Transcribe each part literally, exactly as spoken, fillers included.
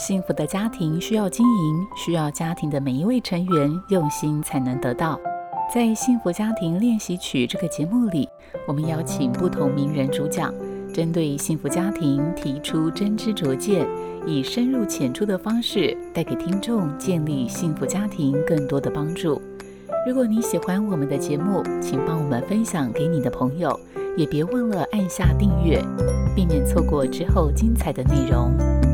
幸福的家庭需要经营，需要家庭的每一位成员用心才能得到。在幸福家庭练习曲这个节目里，我们邀请不同名人主讲，针对幸福家庭提出真知灼见，以深入浅出的方式带给听众建立幸福家庭更多的帮助。如果你喜欢我们的节目，请帮我们分享给你的朋友，也别忘了按下订阅，避免错过之后精彩的内容。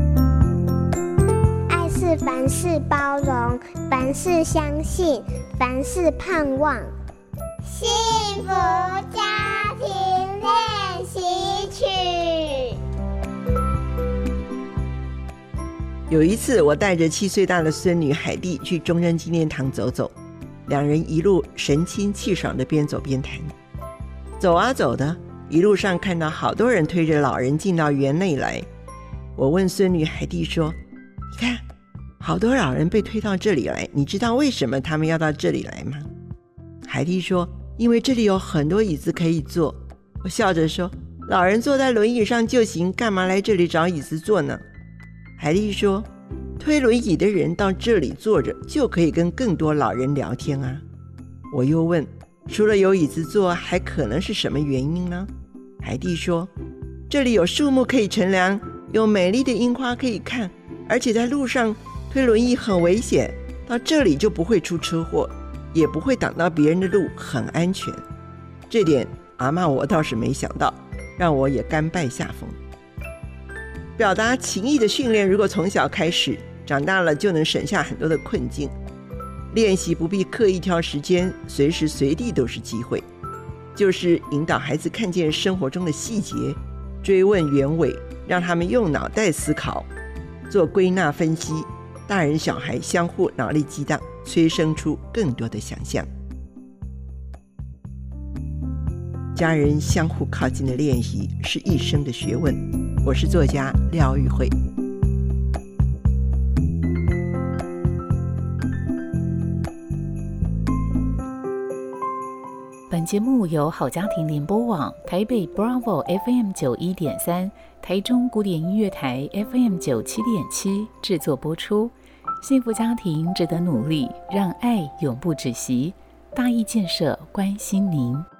爱是凡事包容，凡事相信，凡事盼望。幸福家庭练习曲。 有一次，我带着七岁大的孙女海蒂去中正纪念堂走走，两人一路神清气爽的边走边谈。走啊走的，一路上看到好多人推着老人进到园内来。我问孙女海蒂说：“你看，好多老人被推到这里来，你知道为什么他们要到这里来吗？”海蒂说：“因为这里有很多椅子可以坐。”我笑着说：“老人坐在轮椅上就行，干嘛来这里找椅子坐呢？”海蒂说：“推轮椅的人到这里坐着，就可以跟更多老人聊天啊。”我又问：“除了有椅子坐，还可能是什么原因呢？”海蒂说：“这里有树木可以乘凉，有美丽的樱花可以看，而且在路上推轮椅很危险，到这里就不会出车祸，也不会挡到别人的路，很安全。”这点阿嬷我倒是没想到，让我也甘拜下风。表达情意的训练，如果从小开始，长大了就能省下很多的困境。练习不必刻意挑时间，随时随地都是机会，就是引导孩子看见生活中的细节，追问原委，让他们用脑袋思考，做归纳分析，大人小孩相互脑力激荡，催生出更多的想象。家人相互靠近的练习是一生的学问。我是作家廖玉慧。 本节目由好家庭联播网、台北 Bravo F M 九一点三、台中古典音乐台 F M 九七点七制作播出。幸福家庭值得努力，让爱永不止息。大义建设关心您。